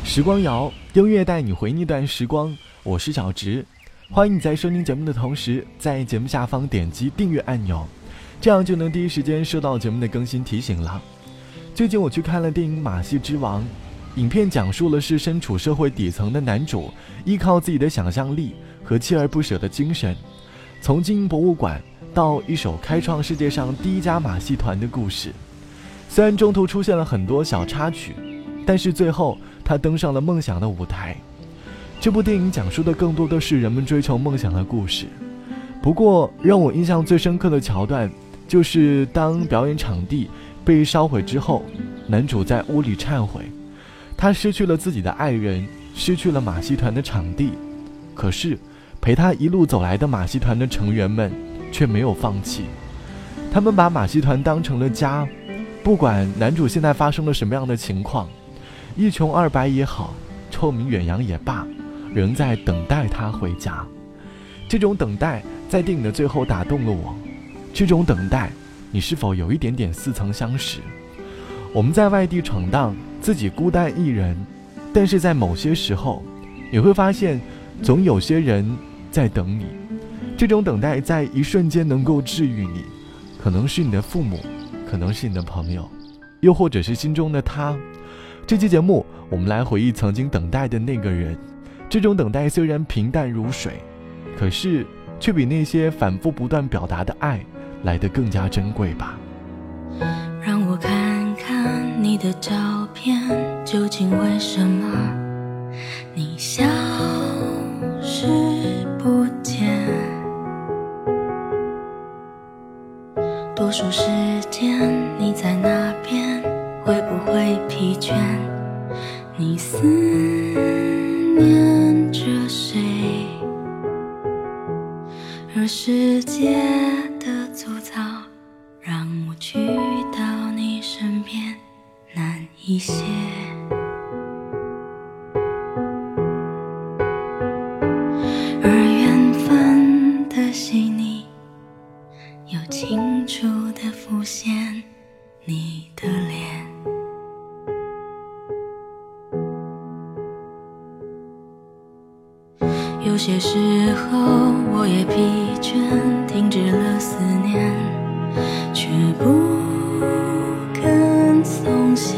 时光谣，音乐带你回那段时光，我是小直。欢迎你在收听节目的同时，在节目下方点击订阅按钮，这样就能第一时间收到节目的更新提醒了。最近我去看了电影《马戏之王》，影片讲述了是身处社会底层的男主依靠自己的想象力和锲而不舍的精神，从经营博物馆到一手开创世界上第一家马戏团的故事。虽然中途出现了很多小插曲，但是最后他登上了梦想的舞台。这部电影讲述的更多的是人们追求梦想的故事。不过让我印象最深刻的桥段，就是当表演场地被烧毁之后，男主在屋里忏悔，他失去了自己的爱人，失去了马戏团的场地，可是陪他一路走来的马戏团的成员们却没有放弃。他们把马戏团当成了家，不管男主现在发生了什么样的情况，一穷二白也好，臭名远扬也罢，仍在等待他回家。这种等待在电影的最后打动了我。这种等待，你是否有一点点似曾相识？我们在外地闯荡，自己孤单一人，但是在某些时候，你会发现总有些人在等你。这种等待在一瞬间能够治愈你，可能是你的父母，可能是你的朋友，又或者是心中的他。这期节目我们来回忆曾经等待的那个人。这种等待虽然平淡如水，可是却比那些反复不断表达的爱来得更加珍贵吧。 让我看看你的照片，究竟为什么你消失不见？多数时间你在那边，会不会疲倦？你思念着谁？而世界的粗糙让我去到你身边难一些。而缘分的细腻又清楚地浮现你的脸。有些时候我也疲倦，停止了思念，却不肯松懈。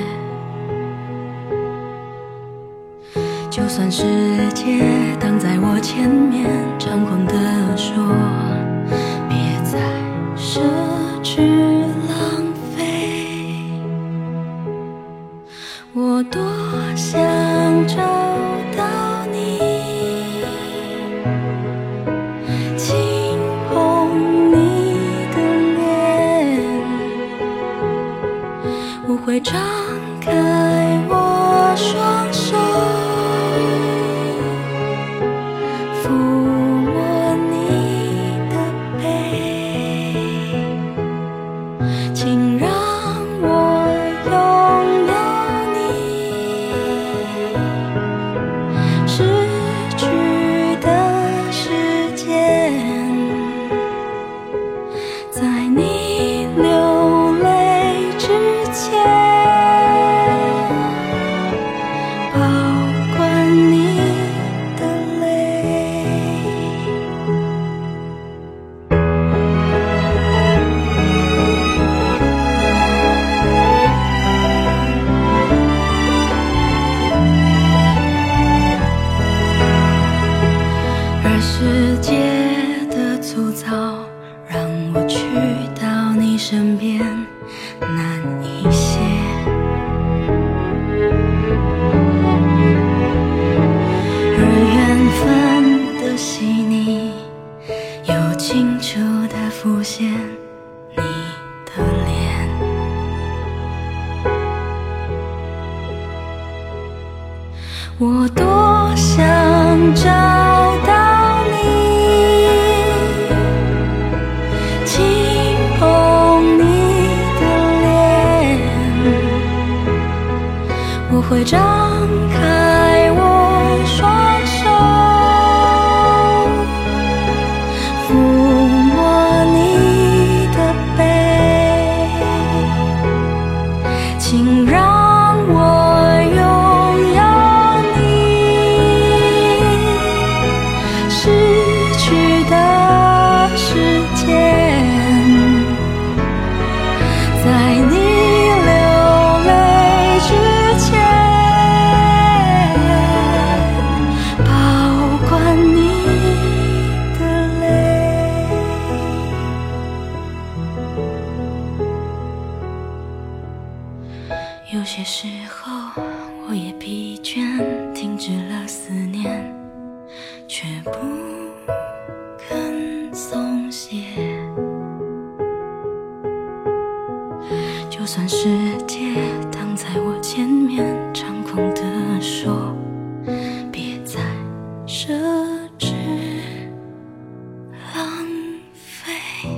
就算世界挡在我前面，猖狂地说别再奢侈浪费，我多想找到你，轻碰你的脸，我会张开我双手，抚摸你的背，请让我拥有你，失去的时间，在你流泪之前，保管你的泪。而世界的粗糙让我去到你身边难一些。而缘分的细腻又清楚地浮现你的脸。我多想找到你，轻碰你的脸，我会张开我双手，抚摸你的背，请让我拥有些时候我也疲倦，停止了思念，却不肯松懈。就算世界挡在我前面，猖狂地说别再奢侈浪费。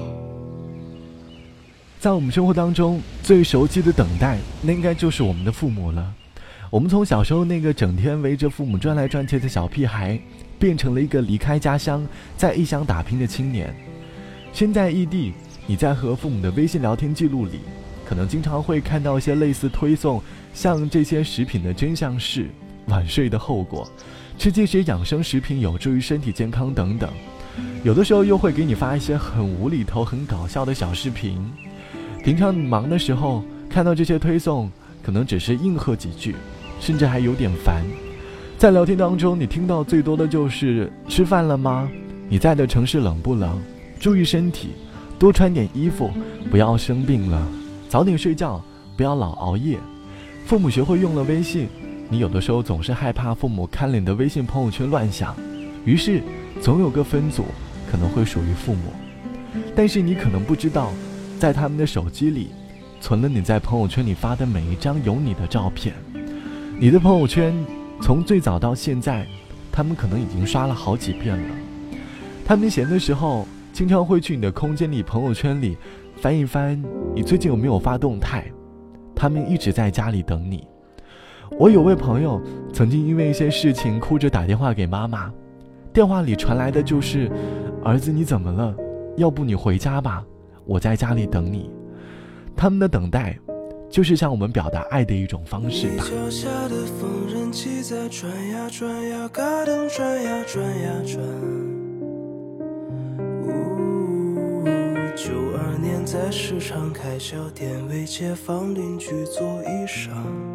在我们生活当中最熟悉的等待，那应该就是我们的父母了。我们从小时候那个整天围着父母转来转去的小屁孩，变成了一个离开家乡在异乡打拼的青年。身在异地，你在和父母的微信聊天记录里，可能经常会看到一些类似推送，像这些食品的真相是，晚睡的后果，吃这些养生食品有助于身体健康等等。有的时候又会给你发一些很无厘头很搞笑的小视频。平常你忙的时候看到这些推送，可能只是应和几句，甚至还有点烦。在聊天当中，你听到最多的就是吃饭了吗？你在的城市冷不冷？注意身体，多穿点衣服，不要生病了，早点睡觉，不要老熬夜。父母学会用了微信，你有的时候总是害怕父母看了你的微信朋友圈乱想，于是总有个分组可能会属于父母。但是你可能不知道，在他们的手机里存了你在朋友圈里发的每一张有你的照片。你的朋友圈从最早到现在，他们可能已经刷了好几遍了。他们闲的时候经常会去你的空间里朋友圈里翻一翻你最近有没有发动态，他们一直在家里等你。我有位朋友曾经因为一些事情哭着打电话给妈妈，电话里传来的就是儿子你怎么了，要不你回家吧，我在家里等你。他们的等待就是向我们表达爱的一种方式吧。 你脚下的缝纫机在转呀转呀，嘎噔转呀转呀转。92年在市场开小店，为街坊邻居做衣裳。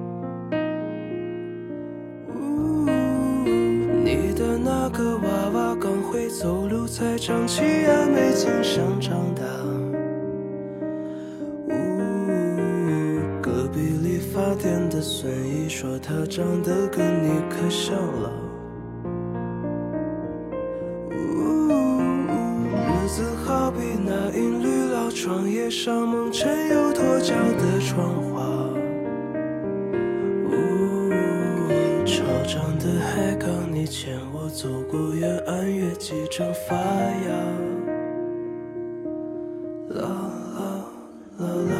你的那个娃娃刚会走路才长齐牙，没经常长大。隔壁理发店的孙姨说她长得跟你可像了。日子好比那银绿老窗叶上蒙尘又脱胶的窗花。潮涨的海港，你牵我走过远岸，越几张发芽。啦啦啦啦。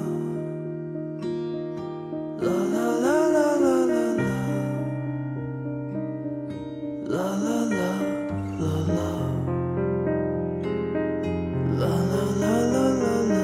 啦啦啦啦啦啦啦，啦啦啦啦啦，啦啦啦啦啦啦。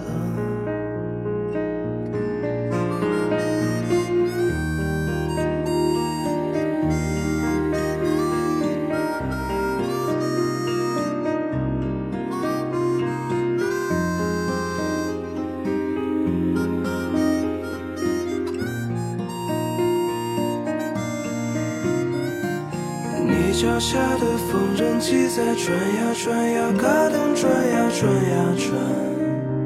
脚下的缝纫机在转呀转呀，嘎噔转呀转呀转。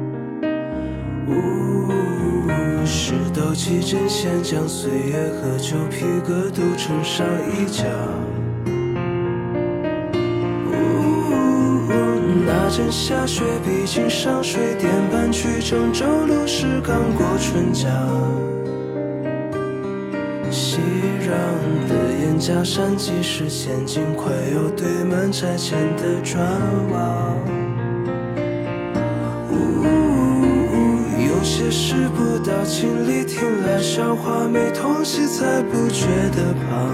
石头起针线将岁月和旧皮革都衬上一角。那阵下雪逼近上水电板去郑州路时刚过春假。熙攘的燕家山即是现今快要堆满拆迁的砖瓦。有些事不到情理，听来笑话没痛惜才不觉得胖。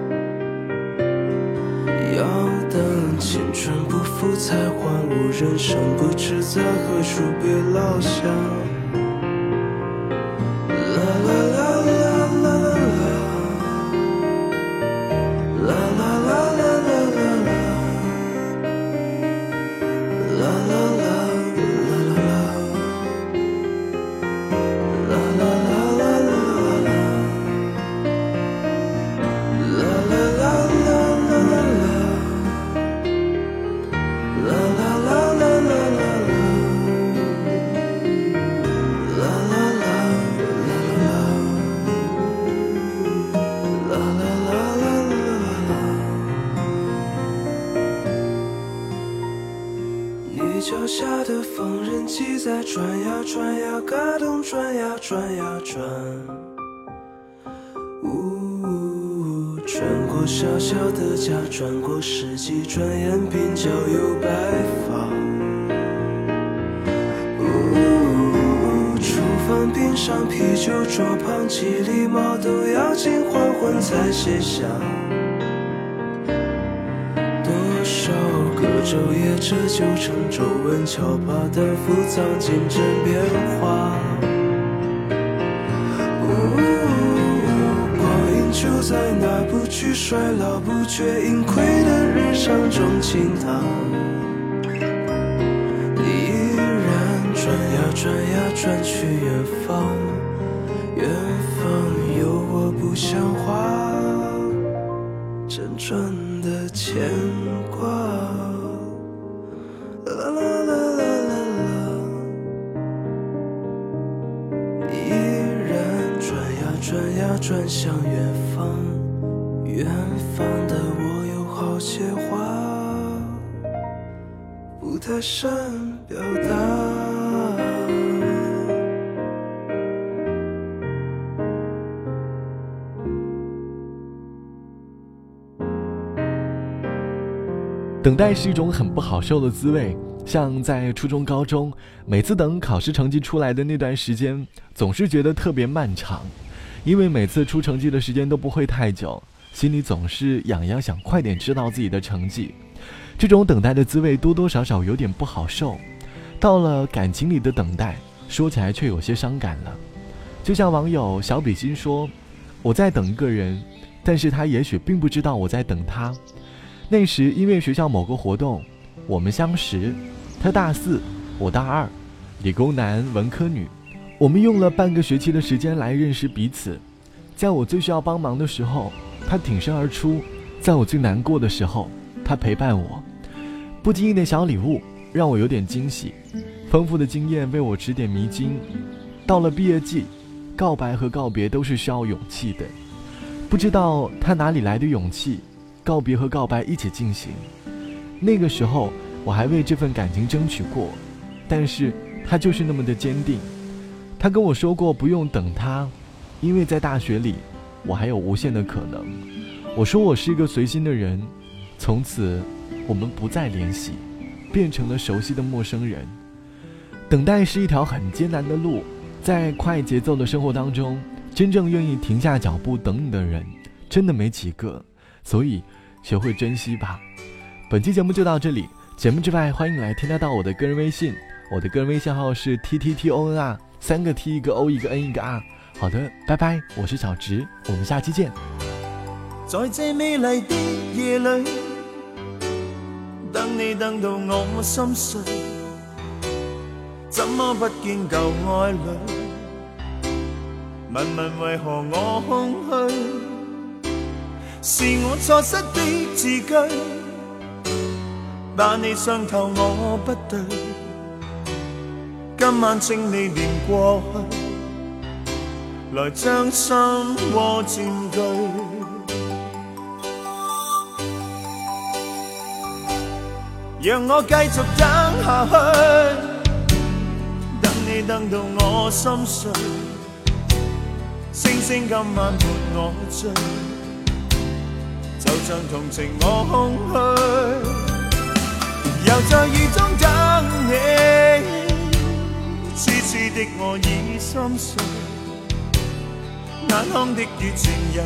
要等青春不复才还悟，人生不知在何处被落下。 缝纫机在转呀转呀，嘎咚转呀转呀转。转过小小的家，转过世纪，转眼鬓角有白发。厨房边上啤酒桌旁，几粒毛豆要经黄昏才卸下。多少个昼夜，这就成皱纹敲打的浮躁竞争变化。就在那不惧衰老不觉盈亏的日常中倾淌，你依然转呀转呀转去远方，远方有我不像话辗转的牵挂。啦啦啦啦啦啦，你依然转呀转呀转向远方，远方的我有好些话不太善表达。 等待是一种很不好受的滋味，像在初中高中，每次等考试成绩出来的那段时间，总是觉得特别漫长，因为每次出成绩的时间都不会太久，心里总是痒痒，想快点知道自己的成绩。这种等待的滋味多多少少有点不好受。到了感情里的等待，说起来却有些伤感了。就像网友小比心说，我在等一个人，但是他也许并不知道我在等他。那时因为学校某个活动，我们相识，他大4，我大2，理工男文科女，我们用了半个学期的时间来认识彼此。在我最需要帮忙的时候，他挺身而出；在我最难过的时候，他陪伴我。不经意的小礼物让我有点惊喜，丰富的经验为我指点迷津。到了毕业季，告白和告别都是需要勇气的，不知道他哪里来的勇气，告别和告白一起进行。那个时候我还为这份感情争取过，但是他就是那么的坚定。他跟我说过不用等他，因为在大学里我还有无限的可能。我说我是一个随心的人，从此我们不再联系，变成了熟悉的陌生人。等待是一条很艰难的路，在快节奏的生活当中，真正愿意停下脚步等你的人真的没几个，所以学会珍惜吧。本期节目就到这里，节目之外欢迎来添加到我的个人微信，我的个人微信号是 TTTONR，3个 T 1个 O 1个 N 1个 R。 好的，拜拜，我是小直，我们下期见。 在这美丽的夜里，等你等到我心碎，怎么不见旧爱侣？问问为何我空虚？是我错失的字句，把你伤透我不对。今晚请你念过去，来将心窝佔據。讓我繼續等下去，等你等到我心碎，星星今晚伴我醉，就像同情我空虛，又在雨中等你，痴痴的我已心碎，眼眶的雨漸隱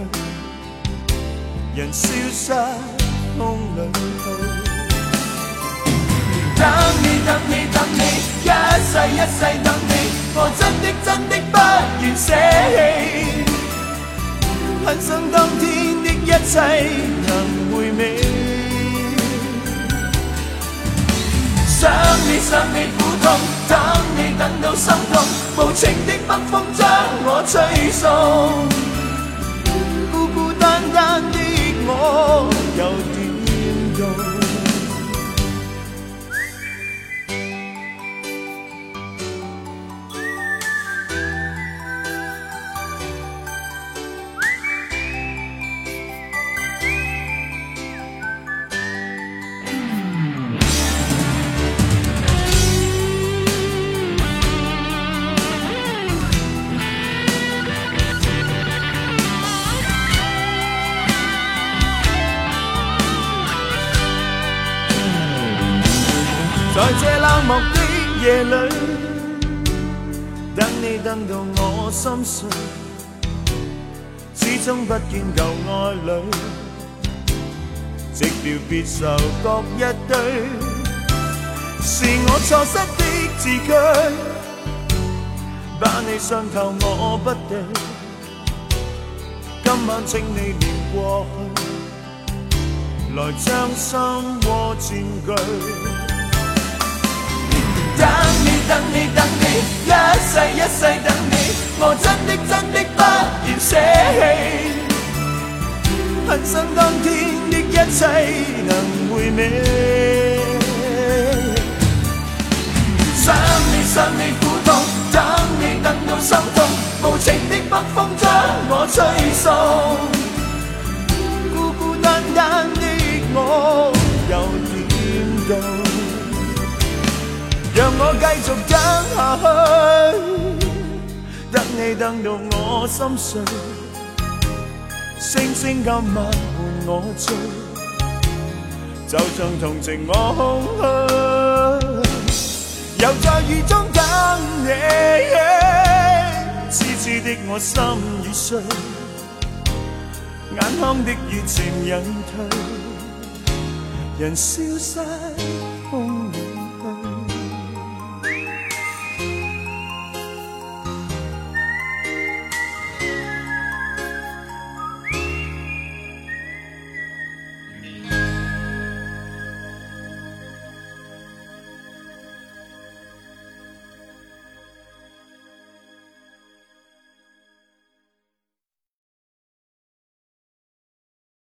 退，人消失風裏去。等你等你等你，一世一世等你，我真的不願捨棄，很想當天的一切能回味。想你苦痛，等你等到心痛，無情的北風將我吹送，孤孤單單的我有點凍。 在这冷漠的夜里，等你等到我心碎，始终不見舊愛侶，寂寥別愁各一堆，是我錯失的字句，把你傷透我不對，今晚請你念過去，來將心窩佔據。等你等你等你，一世一世等你，我真的不願捨棄，恨生當天的一切能回味。想你苦痛，等你等到心痛，無情的北風將我吹送，孤孤單單的我又點到？讓我繼續等下去，等你等到我心碎，星星今晚伴我醉，就像同情我空虛，又在雨中等你，痴痴的我心已碎，眼眶的熱情隱退，人消失。